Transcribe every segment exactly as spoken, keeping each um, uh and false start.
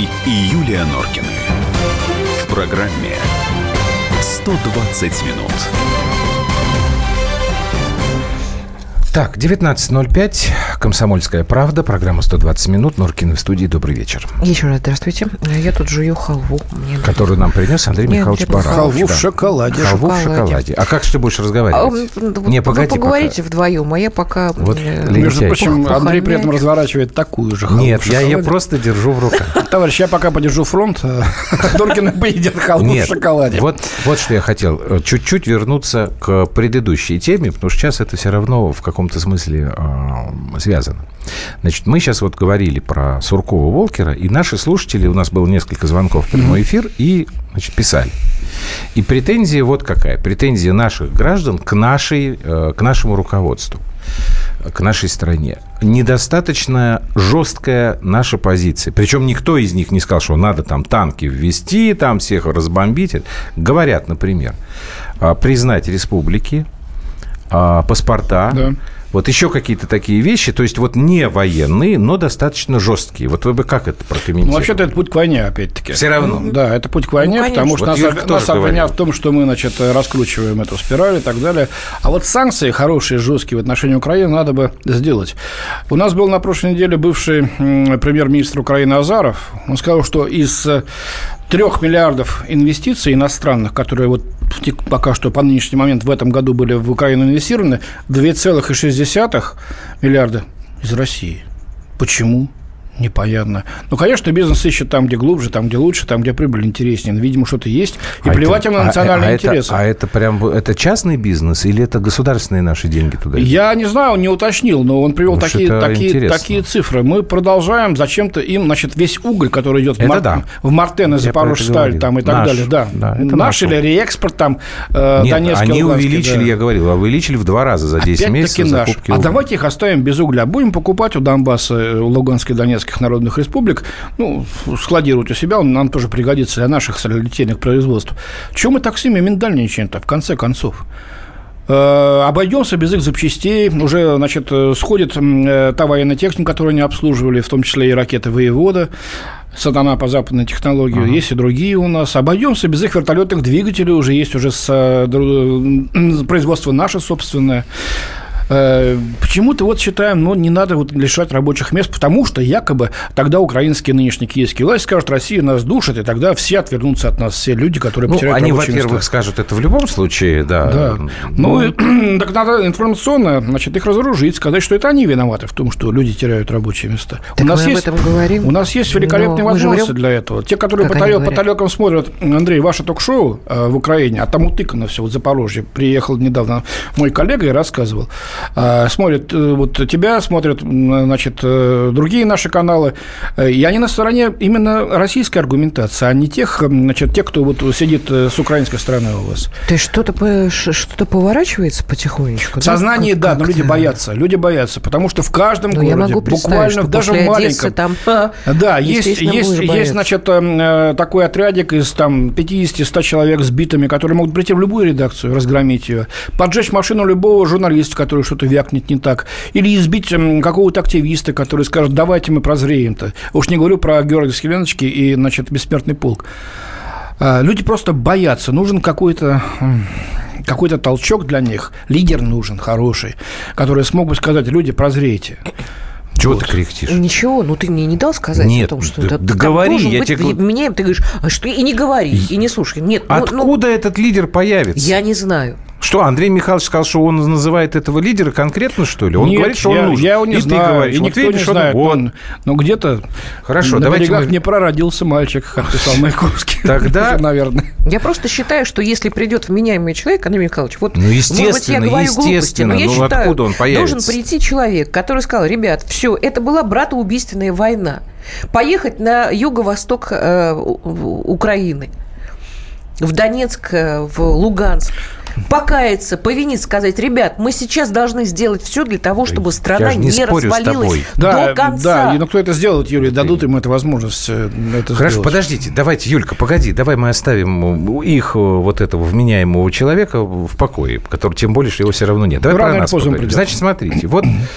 Левчевой и Юлия Норкины. В программе сто двадцать минут. Так, девятнадцать ноль пять, «Комсомольская правда», программа «сто двадцать минут», Норкины в студии. Добрый вечер. Еще раз здравствуйте. Я тут жую халву. Мне Которую нам принес Андрей Мне Михайлович Андрей Баранов. Халву да. в шоколаде. Халву в шоколаде. А как же ты будешь разговаривать? А, Не, вы погоди поговорите пока. вдвоем, а я пока... Вот Между прочим, Пух- Андрей при этом пухомять. разворачивает такую же халву. Нет, в я ее шоколаде. просто держу в руках. Товарищ, я пока подержу фронт, а Норкина поедет халву Нет, в шоколаде. вот, вот что я хотел. Чуть-чуть вернуться к предыдущей теме, потому что сейчас это все равно в каком-то смысле э, связано. Значит, мы сейчас вот говорили про Суркова-Волкера, и наши слушатели, у нас было несколько звонков в прямой эфир, и, значит, писали. И претензия вот какая. Претензия наших граждан к, нашей, э, к нашему руководству, к нашей стране. Недостаточно жесткая наша позиция. Причем никто из них не сказал, что надо там танки ввести, там всех разбомбить. Говорят, например, признать республики, паспорта, Да. вот еще какие-то такие вещи, то есть вот не военные, но достаточно жесткие. Вот вы бы как это прокомментировали? Ну, вообще-то это путь к войне, опять-таки. Все равно. Да, это путь к войне, Ну, потому что Вот нас, Юрка нас тоже обвиняют говорил. в том, что мы, значит, раскручиваем эту спираль и так далее. А вот санкции хорошие, жесткие в отношении Украины надо бы сделать. У нас был на прошлой неделе бывший м, премьер-министр Украины Азаров. Он сказал, что из трех миллиардов инвестиций иностранных, которые вот пока что по нынешний момент в этом году были в Украину инвестированы, два целых шесть десятых миллиарда из России. Почему? Непонятно. Ну, конечно, бизнес ищет там, где глубже, там, где лучше, там, где прибыль интереснее. Но, видимо, что-то есть. И А плевать это- им на а- национальные а интересы. Это, а это прям это частный бизнес или это государственные наши деньги туда идут? Я не знаю, он не уточнил, но он привел Уж такие, это такие, интересно. такие цифры. Мы продолжаем зачем-то им, значит, весь уголь, который идет в, Это Мар... да. в Мартен и Я про это Запорожсталь говорил. там, и так Наш. далее. Да. Да, это Наш наш или реэкспорт там, э, Нет, Донецкий, они Луганский, увеличили, да. я говорил, увеличили в два раза за десять Опять-таки месяцев наш. закупки А угля. давайте их оставим без угля. Будем покупать у Донбасса, у Луганской и Донецких народных республик, ну, складировать у себя, он нам тоже пригодится для наших солидитейных производств. Чего мы так с ними миндальничаем-то, в конце концов? Э, обойдемся без их запчастей. Уже, значит, сходит э, та военная техника, которую они обслуживали, в том числе и ракеты «Воевода», «Сатана» по западной технологии, ага. Есть и другие у нас. Обойдемся без их вертолетных двигателей, уже есть уже с, э, производство наше собственное. Почему-то вот считаем, ну, не надо вот лишать рабочих мест, потому что якобы тогда украинские нынешние киевские власти скажут, Россия нас душит, и тогда все отвернутся от нас, все люди, которые Ну, потеряют они, рабочие во-первых, места. скажут это в любом случае, да. Да. Ну, и, так надо информационно, значит, их разоружить, сказать, что это они виноваты в том, что люди теряют рабочие места. Так у нас мы есть, об этом говорим. У нас есть великолепные Но мы же возможности говорим, для этого. Те, которые по, как они тарел, по говорят. тарелкам смотрят, Андрей, ваше ток-шоу э, в Украине, а там утыкано все, вот Запорожье. Приехал недавно мой коллега и рассказывал. Э, смотрят, э, вот тебя смотрят, значит, э, другие наши каналы, э, и они на стороне именно российской аргументации, а не тех, значит, тех, кто вот сидит с украинской стороны у вас. То есть что-то, по- что-то поворачивается потихонечку? Сознание, Как- да, как но люди это? боятся. Люди боятся, потому что в каждом Ну, городе, я могу представить, буквально что даже в после маленьком. Одессы там, Да, есть, естественно, есть, будешь есть, бояться. значит, э, такой отрядик из там, пятьдесят-сто человек сбитыми, которые могут прийти в любую редакцию, разгромить ее, поджечь машину любого журналиста, который что-то вякнет не так, или избить э, какого-то активиста, который скажет, давайте мы прозреем-то. Уж не говорю про Георгиевские Леночки и, значит, бессмертный полк. Э, люди просто боятся. Нужен какой-то... какой-то толчок для них, лидер нужен хороший, который смог бы сказать, люди, прозрейте. Чего Вот. ты кряхтишь? Ничего, ну ты мне не дал сказать Нет, о том, что да- это да так говори, должен я быть. тебе говорю. Мне ты говоришь, а что и не говори, и не слушай. Нет, ну, ну, Откуда этот лидер появится? я не знаю. Что, Андрей Михайлович сказал, что он называет этого лидера конкретно, что ли? Он Нет, говорит, что он я, нужен. я его не и знаю, ты говоришь, и вот никто видишь, не что знает. вот. Но, но где-то Хорошо, на давайте берегах мы- не прородился мальчик, как писал Маяковский. Тогда- наверное. Я просто считаю, что если придет вменяемый человек, Андрей Михайлович, вот, Ну, может быть, я естественно, говорю глупости, естественно. но я Ну, считаю, откуда он появится? должен прийти человек, который сказал, ребят, все, это была братоубийственная война. Поехать на юго-восток э, У- У- Украины, в Донецк, э, в Луганск, покаяться, повиниться, сказать, ребят, мы сейчас должны сделать все для того, чтобы страна Я же не не, спорю с развалилась тобой. Да, до конца. да, и ну кто это сделает, Юрий, дадут им эту возможность э, это Хорошо, сделать. подождите, давайте, Юлька, погоди, давай мы оставим их, вот этого вменяемого человека в покое, который, тем более, что его все равно нет. Давай Рано про или нас поздно поговорим. придет. Значит, смотрите, вот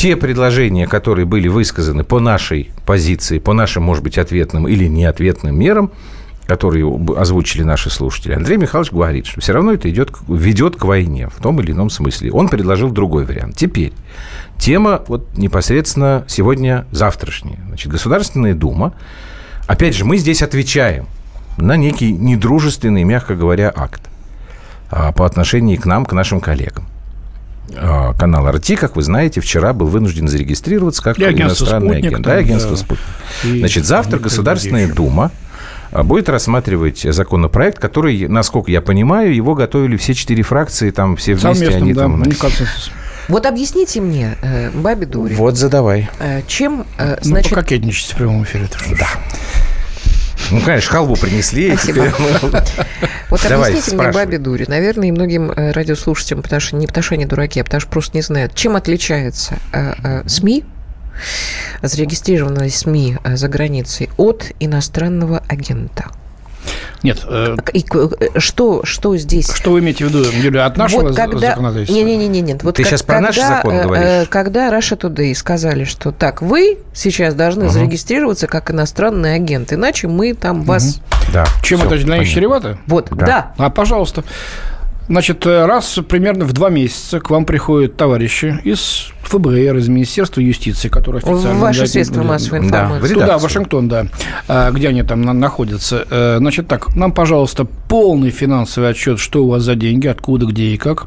те предложения, которые были высказаны по нашей позиции, по нашим, может быть, ответным или неответным мерам, которые озвучили наши слушатели, Андрей Михайлович говорит, что все равно это идет, ведет к войне в том или ином смысле. Он предложил другой вариант. Теперь тема вот непосредственно сегодня завтрашняя. Значит, Государственная Дума. Опять же, мы здесь отвечаем на некий недружественный, мягко говоря, акт по отношению к нам, к нашим коллегам. Канал эр ти, как вы знаете, вчера был вынужден зарегистрироваться как иностранный агент. Да, агентство «Спутник». Значит, завтра Государственная Дума будет рассматривать законопроект, который, насколько я понимаю, его готовили все четыре фракции, там все вместе. Совместно, они да, там... Вот объясните мне, бабе Дуре. Вот задавай. Чем, значит... Ну, пококетничать в прямом эфире. Да. Ну, конечно, халву принесли. Спасибо. Вот Давай, объясните мне, бабе Дуре, наверное, и многим радиослушателям, потому что не потому что они дураки, а потому что просто не знают, чем отличается СМИ, зарегистрированные СМИ за границей, от иностранного агента? Нет. Э, и, что, что здесь? Что вы имеете в виду, Юлия, от нашего вот когда, законодательства? Не-не-не. Вот Ты как, сейчас про когда, наш закон говоришь? Когда Russia Today сказали, что так, вы сейчас должны uh-huh. зарегистрироваться как иностранный агент, иначе мы там uh-huh. вас... Да, чем все, это для них чревато? Вот, да. да. А, пожалуйста. Значит, раз примерно в два месяца к вам приходят товарищи из эф бэ эр, из Министерства юстиции, которые официально... Ваши средства массовой информации. Да, туда, в Вашингтон, да, где они там находятся. Значит, так, нам, пожалуйста, полный финансовый отчет, что у вас за деньги, откуда, где и как.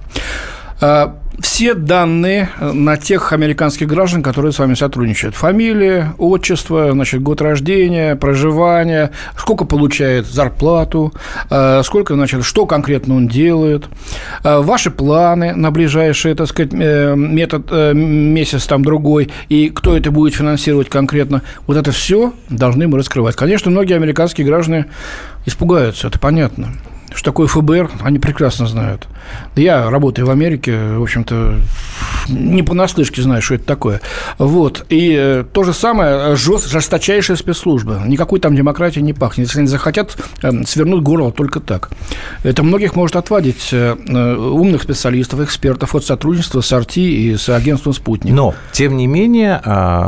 Все данные на тех американских граждан, которые с вами сотрудничают. Фамилия, отчество, значит, год рождения, проживание, сколько получает зарплату, сколько, значит, что конкретно он делает, ваши планы на ближайший, так сказать, метод, месяц там другой, и кто это будет финансировать конкретно. Вот это все должны мы раскрывать. Конечно, многие американские граждане испугаются, это понятно. Что такое эф бэ эр, они прекрасно знают. Я работаю в Америке, в общем-то, не понаслышке знаю, что это такое. Вот. И э, то же самое, жест, жесточайшая спецслужба. Никакой там демократии не пахнет. Если они захотят, э, свернут горло только так. Это многих может отвадить э, умных специалистов, экспертов от сотрудничества с эр ти и с агентством «Спутник». Но, тем не менее,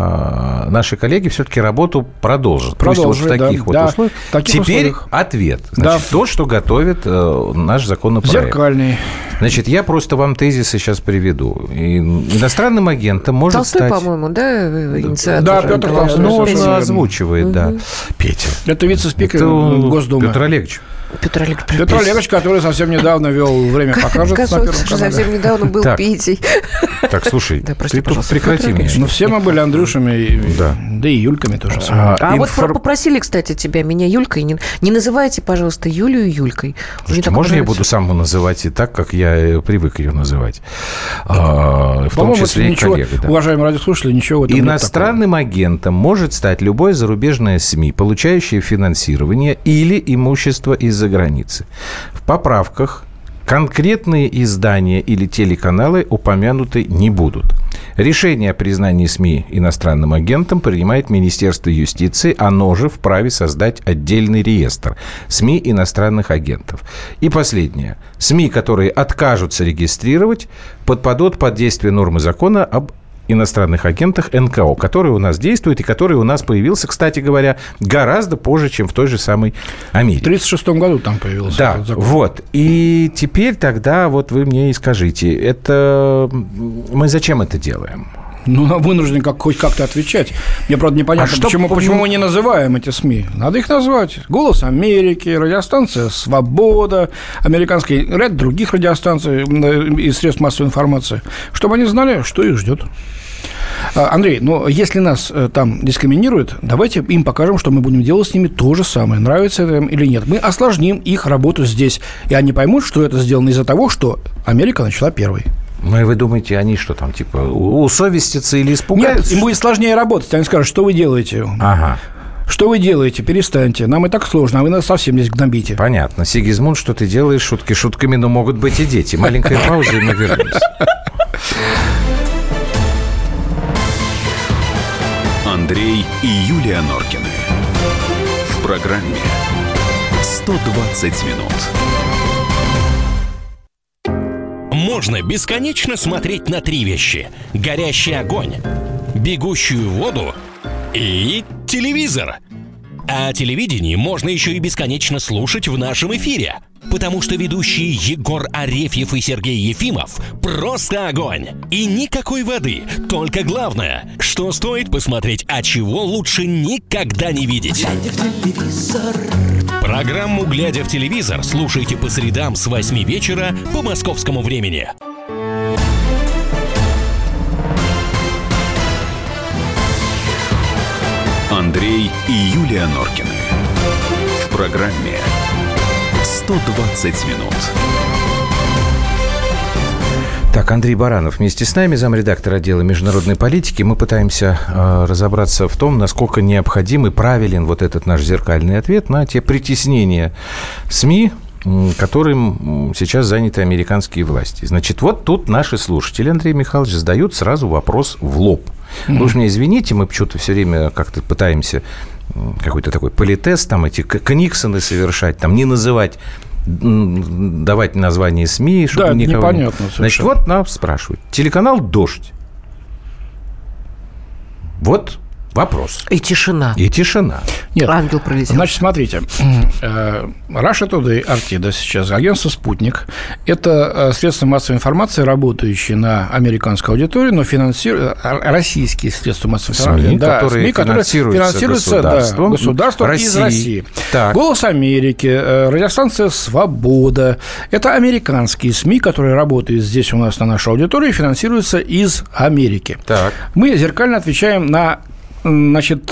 э, наши коллеги все-таки работу продолжат. Продолжат, вот в таких да, вот да, условиях. таких Теперь условиях. Ответ. Значит, да. То, что готовит наш законопроект. Зеркальный. Значит, я просто вам тезисы сейчас приведу. И иностранным агентом может Толстой, стать... по-моему, да, инициатор? Да, Петр Толстой. Ну, он озвучивает, угу. да. Петя. Это вице-спикер Это Госдумы. Петр Олегович. Петр Олегович, Петр Олегович, который совсем недавно вел «Время покажет» на Первом канале. Совсем недавно был так. Петей. Так, слушай, да, прости, ты тут прекрати меня. Ну, все мы были Андрюшами, да, да и Юльками тоже. А, а Инфор... вот попросили, кстати, тебя, меня Юлькой. Не, не называйте, пожалуйста, Юлию Юлькой. Слушайте, можно я буду сам называть и так, как я привык ее называть? А, в том числе и коллега. Да. Уважаемые радиослушатели, ничего в этом Иностранным агентом может стать любое зарубежное СМИ, получающее финансирование или имущество из-за границы. В поправках конкретные издания или телеканалы упомянуты не будут. Решение о признании СМИ иностранным агентом принимает Министерство юстиции, оно же вправе создать отдельный реестр СМИ иностранных агентов. И последнее. СМИ, которые откажутся регистрировать, подпадут под действие нормы закона об иностранных агентах эн ка о, который у нас действует и который у нас появился, кстати говоря, гораздо позже, чем в той же самой Америке. В тридцать шестом году там появился да, этот закон. Вот. И теперь тогда вот вы мне и скажите, это мы зачем это делаем? Ну, вынуждены как, хоть как-то отвечать. Мне, правда, непонятно, а почему, что... почему мы не называем эти СМИ. Надо их назвать. «Голос Америки», радиостанция «Свобода», американский ряд других радиостанций и средств массовой информации, чтобы они знали, что их ждет. Андрей, ну, если нас там дискриминируют, давайте им покажем, что мы будем делать с ними то же самое, нравится это им или нет. Мы осложним их работу здесь, и они поймут, что это сделано из-за того, что Америка начала первой. Ну, и вы думаете, они что там, типа, усовестятся или испугаются? Нет, им будет сложнее работать. Они скажут, что вы делаете? Ага. Что вы делаете? Перестаньте. Нам и так сложно, а вы нас совсем здесь гнобите. Понятно. Сигизмунд, что ты делаешь? Шутки шутками, но могут быть и дети. Маленькая пауза, и мы вернемся. Андрей и Юлия Норкины. В программе «сто двадцать минут». можно бесконечно смотреть на три вещи: горящий огонь, бегущую воду и телевизор. А телевидение можно еще и бесконечно слушать в нашем эфире, потому что ведущие Егор Арефьев и Сергей Ефимов просто огонь. И никакой воды, только главное, что стоит посмотреть, а чего лучше никогда не видеть. Глядя в телевизор. Программу «Глядя в телевизор» слушайте по средам с восьми вечера по московскому времени. Андрей и Юлия Норкины. В программе сто двадцать минут. Так, Андрей Баранов вместе с нами, замредактор отдела международной политики. Мы пытаемся э, разобраться в том, насколько необходим и правилен вот этот наш зеркальный ответ на те притеснения СМИ, которым сейчас заняты американские власти. Значит, вот тут наши слушатели, Андрей Михайлович, задают сразу вопрос в лоб. Mm-hmm. Вы уж меня извините, мы почему-то все время как-то пытаемся какой-то такой политез, там эти книксоны совершать, там не называть, давать название СМИ, чтобы да, никого... непонятно совершенно. Значит, вот нас спрашивают. Телеканал «Дождь». Вот вопрос. И тишина. И тишина. Нет. Ангел пролетел. Значит, смотрите. Russia Today, Артида сейчас, агентство «Спутник». Это средства массовой информации, работающие на американскую аудиторию, но финансируют российские средства массовой информации. СМИ, да, которые, СМИ, которые финансируются, финансируются государством, да, государством России. из России. Так. «Голос Америки», радиостанция «Свобода». Это американские СМИ, которые работают здесь у нас на нашей аудитории, финансируются из Америки. Так. Мы зеркально отвечаем на... Значит,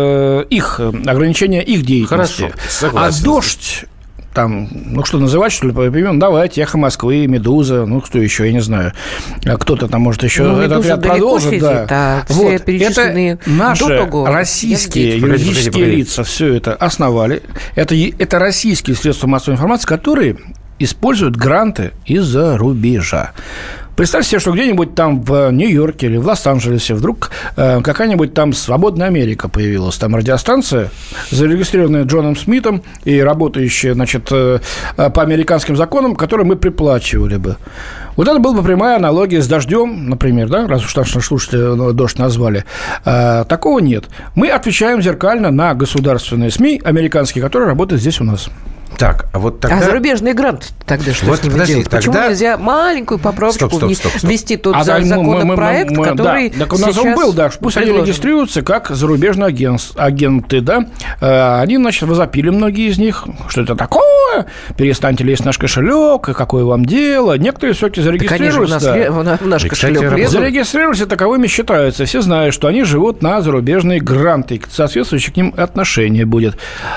их ограничения их деятельности. Хорошо, согласен. А «Дождь», там, ну, что называть, что ли, по именам, давайте, «Эхо Москвы», «Медуза», ну, кто еще, я не знаю, кто-то там, может, еще ну, этот ряд продолжит. Сидит, да. а Вот. все перечисленные Это наши до того, российские погодите, юридические погодите, погодите. лица все это основали. Это, это российские средства массовой информации, которые используют гранты из-за рубежа. Представьте себе, что где-нибудь там в Нью-Йорке или в Лос-Анджелесе вдруг э, какая-нибудь там «Свободная Америка» появилась. Там радиостанция, зарегистрированная Джоном Смитом и работающая, значит, э, по американским законам, которые мы приплачивали бы. Вот это была бы прямая аналогия с «Дождем», например, да, раз уж наши слушатели «Дождь» назвали. Э, такого нет. Мы отвечаем зеркально на государственные СМИ американские, которые работают здесь у нас. Так, а вот тогда... А зарубежные гранты тогда что Вот, с ними подожди, делать? Почему тогда... нельзя маленькую поправочку Стоп, стоп, стоп, стоп. ввести тот а да, законопроект, мы, мы, мы, который да, так у нас сейчас он был, да, пусть предложен. они регистрируются как зарубежные агент, агенты, да. Они, значит, возопили многие из них, что это такое, перестаньте лезть в наш кошелек, какое вам дело. Некоторые все-таки зарегистрируются. Да, конечно, в наш, да. в наш И, кошелек кстати, лезут. Зарегистрировались и таковыми считаются. Все знают, что они живут на зарубежные гранты, и соответствующее к ним отношение будет.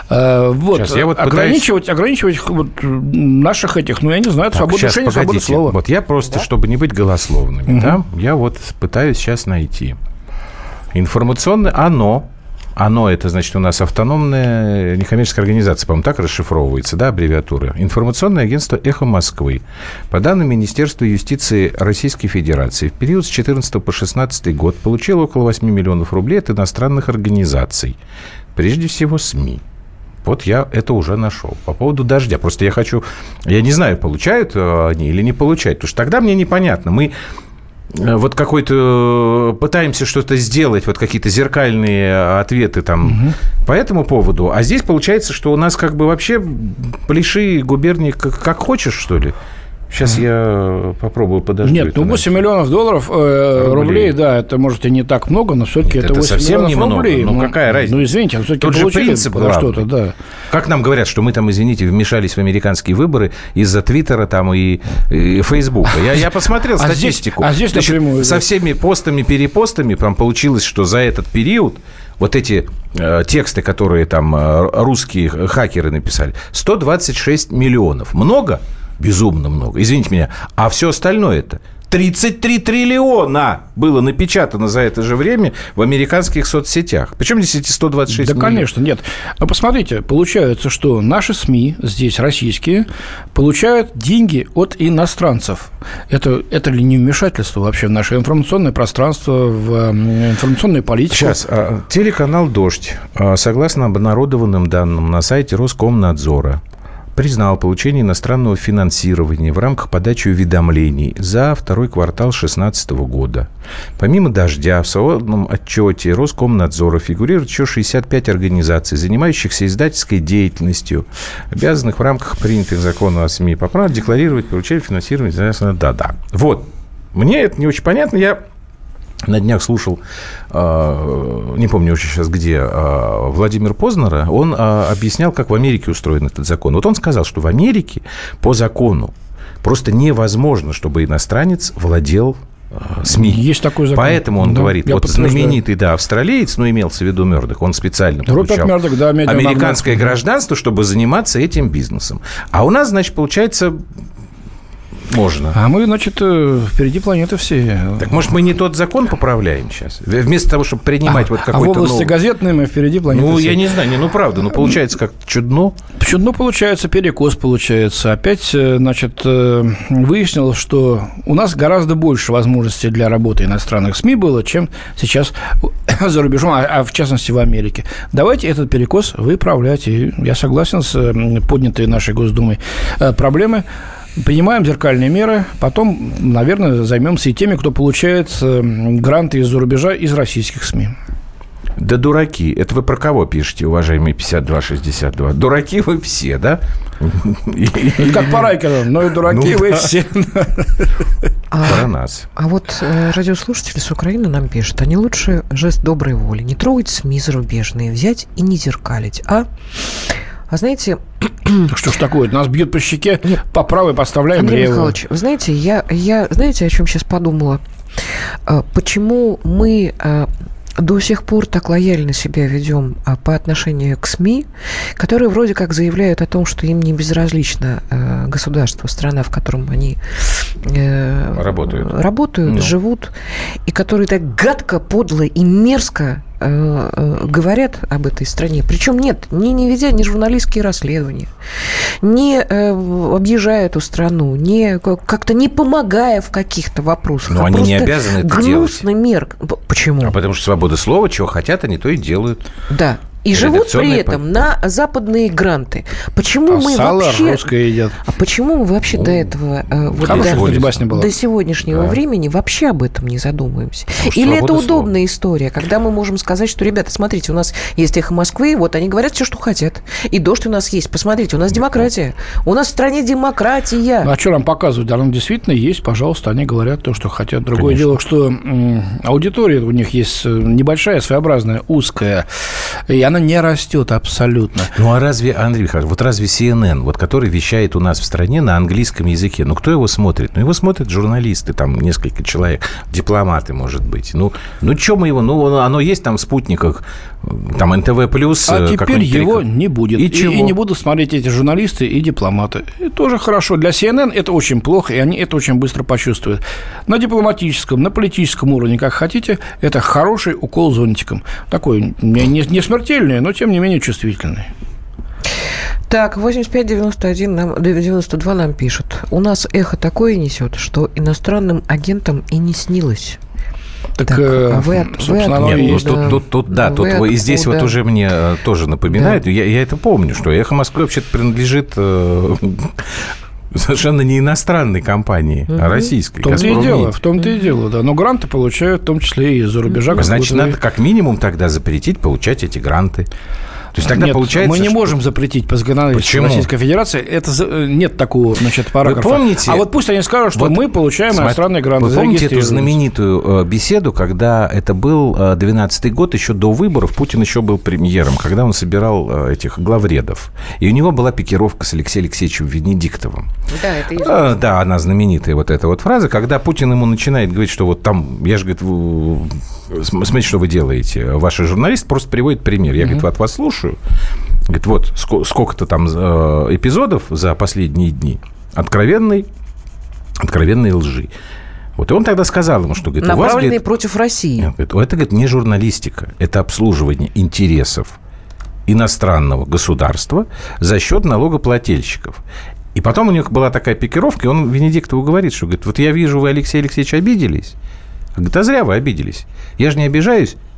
Вот. Сейчас, я вот ограничивать, пытаюсь... ограничивать вот, наших этих, ну, я не знаю, это свобода решения, свобода слова. Вот я просто, да? чтобы не быть голословными, угу. да, я вот пытаюсь сейчас найти. Информационное оно, оно это, значит, у нас автономная некоммерческая организация, по-моему, так расшифровывается, да, аббревиатура. Информационное агентство «Эхо Москвы». По данным Министерства юстиции Российской Федерации, в период с две тысячи четырнадцатого по две тысячи шестнадцатый год получило около восьми миллионов рублей от иностранных организаций, прежде всего СМИ. Вот я это уже нашел. По поводу «Дождя». Просто я хочу... Я не знаю, получают они или не получают. Потому что тогда мне непонятно. Мы вот какой-то... Пытаемся что-то сделать, вот какие-то зеркальные ответы там угу. по этому поводу. А здесь получается, что у нас как бы вообще пляши губернии как, как хочешь, что ли? Сейчас я попробую подождать. Нет, ну восемь миллионов долларов, э, рублей. рублей, да, это, может, и не так много, но все-таки это, это восемь совсем миллионов не рублей. Ну, какая разница? Ну, извините, а все-таки Тот же принцип что-то, да. Как нам говорят, что мы там, извините, вмешались в американские выборы из-за Твиттера там и, и Фейсбука. Я, я посмотрел а статистику. Здесь, а здесь Значит, напрямую, со всеми постами-перепостами там получилось, что за этот период вот эти э, тексты, которые там э, русские хакеры написали, сто двадцать шесть миллионов. Много? Безумно много. Извините меня. А все остальное это тридцать три триллиона было напечатано за это же время в американских соцсетях. Причем здесь эти сто двадцать шесть да, миллионов? конечно, нет. Но посмотрите, получается, что наши СМИ, здесь российские, получают деньги от иностранцев. Это, это ли не вмешательство вообще в наше информационное пространство, в информационную политику? Сейчас. Телеканал «Дождь», согласно обнародованным данным на сайте Роскомнадзора, признал получение иностранного финансирования в рамках подачи уведомлений за второй квартал две тысячи шестнадцатого года. Помимо «Дождя» в сводном отчете Роскомнадзора фигурирует еще шестьдесят пять организаций, занимающихся издательской деятельностью, обязанных в рамках принятых законов о СМИ по праву декларировать получение финансирования. Да-да. Вот. Мне это не очень понятно. Я на днях слушал, э, не помню уже сейчас где, э, Владимира Познера. Он э, объяснял, как в Америке устроен этот закон. Вот он сказал, что в Америке по закону просто невозможно, чтобы иностранец владел э, СМИ. Есть такой закон. Поэтому он да, говорит, вот знаменитый, да, австралиец, ну, имелся в виду Мёрдок, он специально получал Мёрдок, да, американское гражданство, чтобы заниматься этим бизнесом. А у нас, значит, получается... Можно. А мы, значит, впереди планеты все. Так, может, мы не тот закон поправляем сейчас? Вместо того, чтобы принимать а, вот какой-то... А в области новый... газетной мы впереди планеты Ну, все. Я не знаю, не, ну, правда, ну, получается как чудно. Чудно получается, перекос получается. Опять, значит, выяснилось, что у нас гораздо больше возможностей для работы иностранных СМИ было, чем сейчас за рубежом, а, а в частности в Америке. Давайте этот перекос выправлять. И я согласен с поднятой нашей Госдумой проблемой. Принимаем зеркальные меры, потом, наверное, займемся и теми, кто получает гранты из-за рубежа, из российских СМИ. Да дураки. Это вы про кого пишете, уважаемые пятьдесят два шестьдесят два? Дураки вы все, да? Как по Райкину, но и дураки вы все. Про нас. А вот радиослушатели с Украины нам пишут, а не лучше жест доброй воли, не трогать СМИ зарубежные, взять и не зеркалить, а... А знаете... Так что ж такое? Нас бьют по щеке, Нет. по правой подставляем Андрей левую. Михайлович, вы знаете, я, я, знаете, о чем сейчас подумала? Почему мы до сих пор так лояльно себя ведем по отношению к СМИ, которые вроде как заявляют о том, что им не безразлично государство, страна, в котором они работают, работают ну. живут, и которые так гадко, подло и мерзко говорят об этой стране. Причем нет, не, не ведя ни журналистские расследования, не э, объезжая эту страну, не, как-то не помогая в каких-то вопросах. Но а они не обязаны это делать. Мерк. Почему? А потому что свобода слова, чего хотят, они то и делают. Да. И живут при этом по... на западные гранты. Почему а мы вообще... русское едят. А почему мы вообще О, до этого, вот до, до сегодняшнего да. времени вообще об этом не задумываемся? Может, Или это удобная слова. история, когда мы можем сказать, что, ребята, смотрите, у нас есть «Эхо Москвы», вот они говорят все, что хотят. И «Дождь» у нас есть. Посмотрите, у нас демократия. У нас в стране демократия. Ну, а что нам показывают? Да, нам действительно есть, пожалуйста, они говорят то, что хотят. Другое Конечно. дело, что м- аудитория у них есть небольшая, своеобразная, узкая, и она не растет абсолютно. Ну, а разве, Андрей Михайлович, вот разве Си Эн Эн, вот, который вещает у нас в стране на английском языке, ну, кто его смотрит? Ну, его смотрят журналисты, там, несколько человек, дипломаты, может быть. Ну, ну что мы его, ну, оно есть там в спутниках, там, Эн Тэ Вэ плюс. А теперь его не будет. И, и, и не будут смотреть эти журналисты и дипломаты. И тоже хорошо. Для Си Эн Эн это очень плохо, и они это очень быстро почувствуют. На дипломатическом, на политическом уровне, как хотите, это хороший укол зонтиком. Такой не, не смертельный, но, тем не менее, чувствительный. Так, восемьдесят пять девяносто один нам, девяносто два нам пишут. У нас эхо такое несет, что иностранным агентам и не снилось. Так, так а вы, собственно, вы нет, есть. Тут, тут, тут, да, тут и здесь вот уже мне тоже напоминает, да. я, я это помню, что «Эхо Москвы» вообще-то принадлежит... Совершенно не иностранной компании, угу. а российской. В том-то и дело, в том-то и дело, да. Но гранты получают, в том числе и из-за рубежа. Значит, надо как минимум тогда запретить получать эти гранты. То есть тогда нет, получается, мы не что... можем запретить по законодательству Российской Федерации. Это нет такого, значит, параграфа. Вы помните? А вот пусть они скажут, что вот, мы получаем смотри, иностранные гранты. Вы помните эту знаменитую беседу, когда это был двенадцатый год, еще до выборов, Путин еще был премьером, когда он собирал этих главредов. И у него была пикировка с Алексеем Алексеевичем Венедиктовым. Да, это известно. Да, она знаменитая вот эта вот фраза, когда Путин ему начинает говорить, что вот там, я же, говорит, вы... смотрите, что вы делаете. Ваши журналисты просто приводят пример. Я, mm-hmm. говорит, от вас слушаю. Говорит, вот сколько-то там эпизодов за последние дни откровенной, откровенной лжи. Вот и он тогда сказал ему, что... Говорит, направленные у вас, говорит, против России. Говорит, это, говорит, не журналистика, это обслуживание интересов иностранного государства за счет налогоплательщиков. И потом у них была такая пикировка, и он Венедиктову говорит, что, говорит, вот я вижу, вы, Алексей Алексеевич, обиделись. Говорит, а зря вы обиделись. Я же не обижаюсь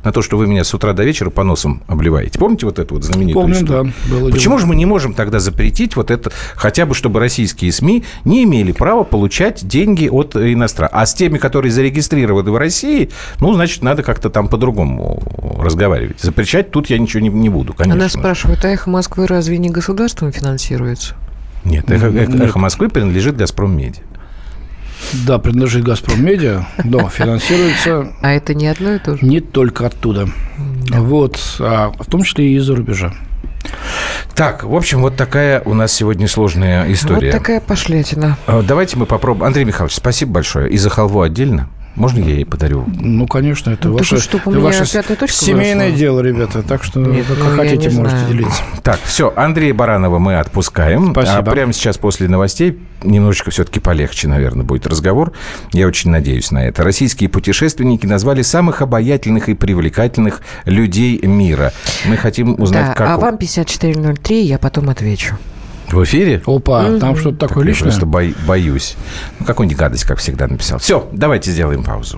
на то, что вы меня с утра до вечера по носам обливаете. Помните вот эту вот знаменитую Помню, историю? да. Было Почему дело. же мы не можем тогда запретить вот это, хотя бы чтобы российские СМИ не имели права получать деньги от иностранцев? А с теми, которые зарегистрированы в России, ну, значит, надо как-то там по-другому разговаривать. Запрещать тут я ничего не, не буду, конечно. Она спрашивает, а «Эхо Москвы» разве не государством финансируется? Нет, «Эхо, эхо, эхо Москвы» принадлежит «Газпром Медиа». Да, принадлежит «Газпром Медиа», но финансируется А это не одно и то же? не только оттуда. Да. Вот, а в том числе и из-за рубежа. Так, в общем, вот такая у нас сегодня сложная история. Вот такая пошлятина. Давайте мы попробуем. Андрей Михайлович, спасибо большое. И за халву отдельно. Можно я ей подарю? Ну, конечно, это Ну, ваше, чтобы у меня ваше пятая точка семейное выросла. дело, ребята. Так что, Нет, как ну, я хотите, не можете знаю. делиться. Так, все, Андрея Баранова мы отпускаем. Спасибо. А прямо сейчас после новостей немножечко все-таки полегче, наверное, будет разговор. Я очень надеюсь на это. Российские путешественники назвали самых обаятельных и привлекательных людей мира. Мы хотим узнать, Да, как... а у- вам пятьдесят четыре ноль три, я потом отвечу. В эфире? Опа, там что-то Так такое я личное? просто бо- боюсь. Ну, какую-нибудь гадость, как всегда, написал. Все, давайте сделаем паузу.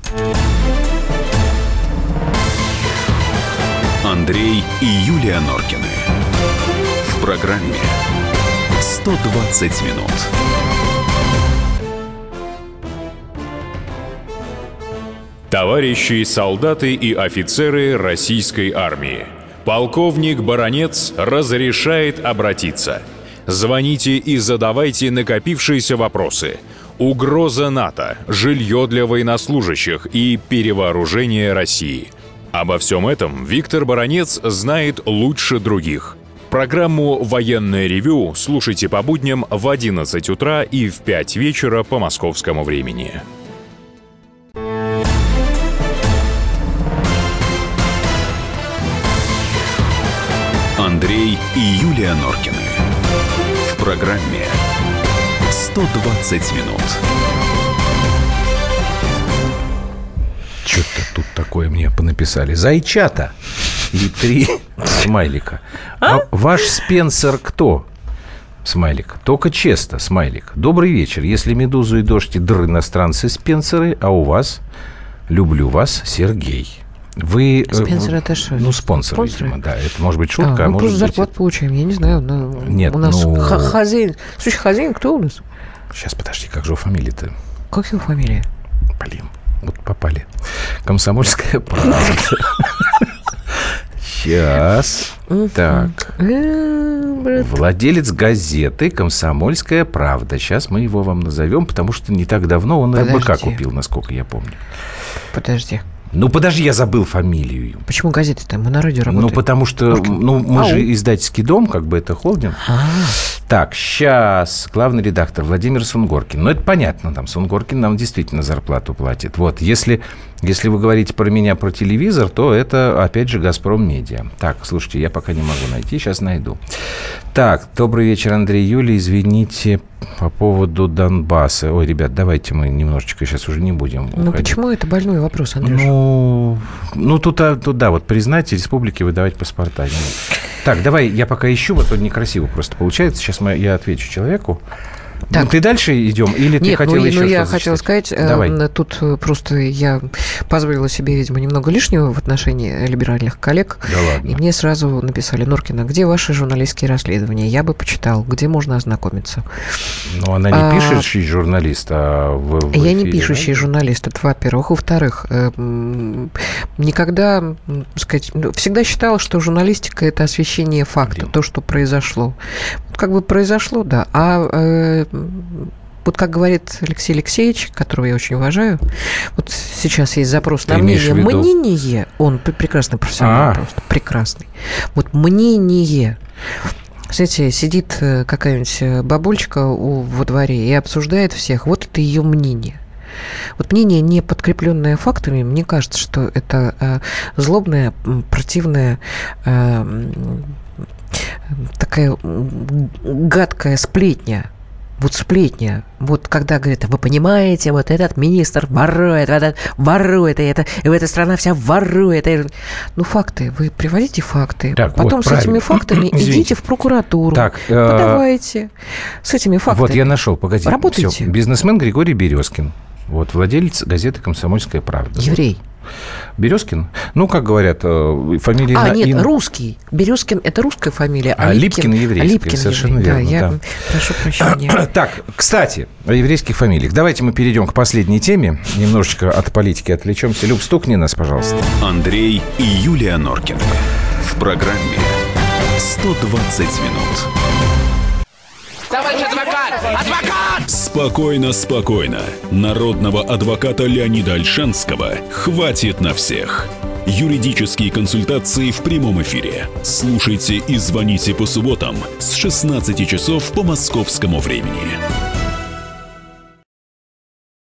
Андрей и Юлия Норкины. В программе сто двадцать минут. Товарищи солдаты и офицеры российской армии, полковник Баранец разрешает обратиться. Звоните и задавайте накопившиеся вопросы. Угроза НАТО, жилье для военнослужащих и перевооружение России. Обо всем этом Виктор Баранец знает лучше других. Программу «Военное ревю» слушайте по будням в одиннадцать утра и в пять вечера по московскому времени. Андрей и Юлия Норкины. В программе сто двадцать минут. Что-то тут такое мне понаписали. Зайчата и три смайлика. А? Ваш Спенсер кто? Смайлик. Только честно, смайлик. Добрый вечер. Если «Медузу» и «Дождь» и «Др» иностранцы Спенсеры, а у вас люблю вас Сергей. Вы... Спенсер это что? Ну, спонсор, Спонсоры? видимо, да. Это может быть шутка, а, а мы может просто быть... зарплату получаем, я не знаю. но Нет, у нас ну- х- хозяин. Слушай, хозяин кто у нас? Сейчас, подожди, как же его фамилия-то? Как его фамилия? Блин, вот попали. «Комсомольская правда». Сейчас. Так. Э, брат. Владелец газеты «Комсомольская правда». Сейчас мы его вам назовем, потому что не так давно он эр бэ ка Подожди. купил, насколько я помню. Подожди. Ну, подожди, я забыл фамилию. Почему газеты-то? Мы на радио работаем. Ну, потому что ну, мы Ау. же издательский дом, как бы это холдинг. А, Так, сейчас главный редактор Владимир Сунгоркин. Ну, это понятно, там Сунгоркин нам действительно зарплату платит. Вот, если, если вы говорите про меня, про телевизор, то это, опять же, «Газпром Медиа». Так, слушайте, я пока не могу найти, сейчас найду. Так, добрый вечер, Андрей, Юлия, извините по поводу Донбасса. Ой, ребят, давайте мы немножечко сейчас уже не будем ну уходить. почему это больной вопрос, Андрюш? Ну, ну тут, а, тут, да, вот признать республики, выдавать паспорта. Так, давай, я пока ищу, вот он некрасиво просто получается. Сейчас мы, я отвечу человеку. Так. Ну, ты дальше идем? Или ты Нет, хотела ну, еще ну, я что-то хотела зачитать? сказать, Давай. э, тут э, просто я позволила себе, видимо, немного лишнего в отношении либеральных коллег. Да ладно. И мне сразу написали: Норкина, где ваши журналистские расследования? Я бы почитал, где можно ознакомиться. Ну, она не А, пишущий журналист, а в, в Я не эфире, пишущий да? журналист, это во-первых. Во-вторых, э, м, никогда, м, так сказать, ну, всегда считала, что журналистика – это освещение факта, Блин. то, что произошло. Вот как бы произошло, да. А э, вот как говорит Алексей Алексеевич, которого я очень уважаю, вот сейчас есть запрос Ты на имеешь мнение. в виду- Мнение, он пр- прекрасный профессионал, А. просто прекрасный. Вот мнение. Знаете, сидит э, какая-нибудь э, бабульчика у, во дворе и обсуждает всех. Вот это ее мнение. Вот мнение, не подкрепленное фактами, мне кажется, что это э, злобная, м, противная, э, м, такая м, гадкая сплетня. Вот сплетня. Вот когда говорят: вы понимаете, вот этот министр ворует, вот этот ворует, и, это, и эта страна вся ворует. И... Ну, факты. Вы приводите факты. Так, Потом вот, с этими правильно. фактами Извините. идите в прокуратуру. Так, э, Подавайте. С этими фактами. Вот я нашел, погоди. Работайте. Всё. Бизнесмен Григорий Березкин. Вот, владелец газеты «Комсомольская правда». Еврей. Березкин? Ну, как говорят, фамилия... А, на нет, ин... русский. Березкин – это русская фамилия, а, а Липкин, Липкин еврейская, Липкин совершенно еврей. верно. Да, я да. прошу прощения. Так, кстати, о еврейских фамилиях. Давайте мы перейдем к последней теме. Немножечко от политики отвлечемся. Люб, стукни нас, пожалуйста. Андрей и Юлия Норкины. В программе сто двадцать минут. Товарищ адвокат! Адвокат! Спокойно, спокойно. Народного адвоката Леонида Ольшанского хватит на всех. Юридические консультации в прямом эфире. Слушайте и звоните по субботам с шестнадцати часов по московскому времени.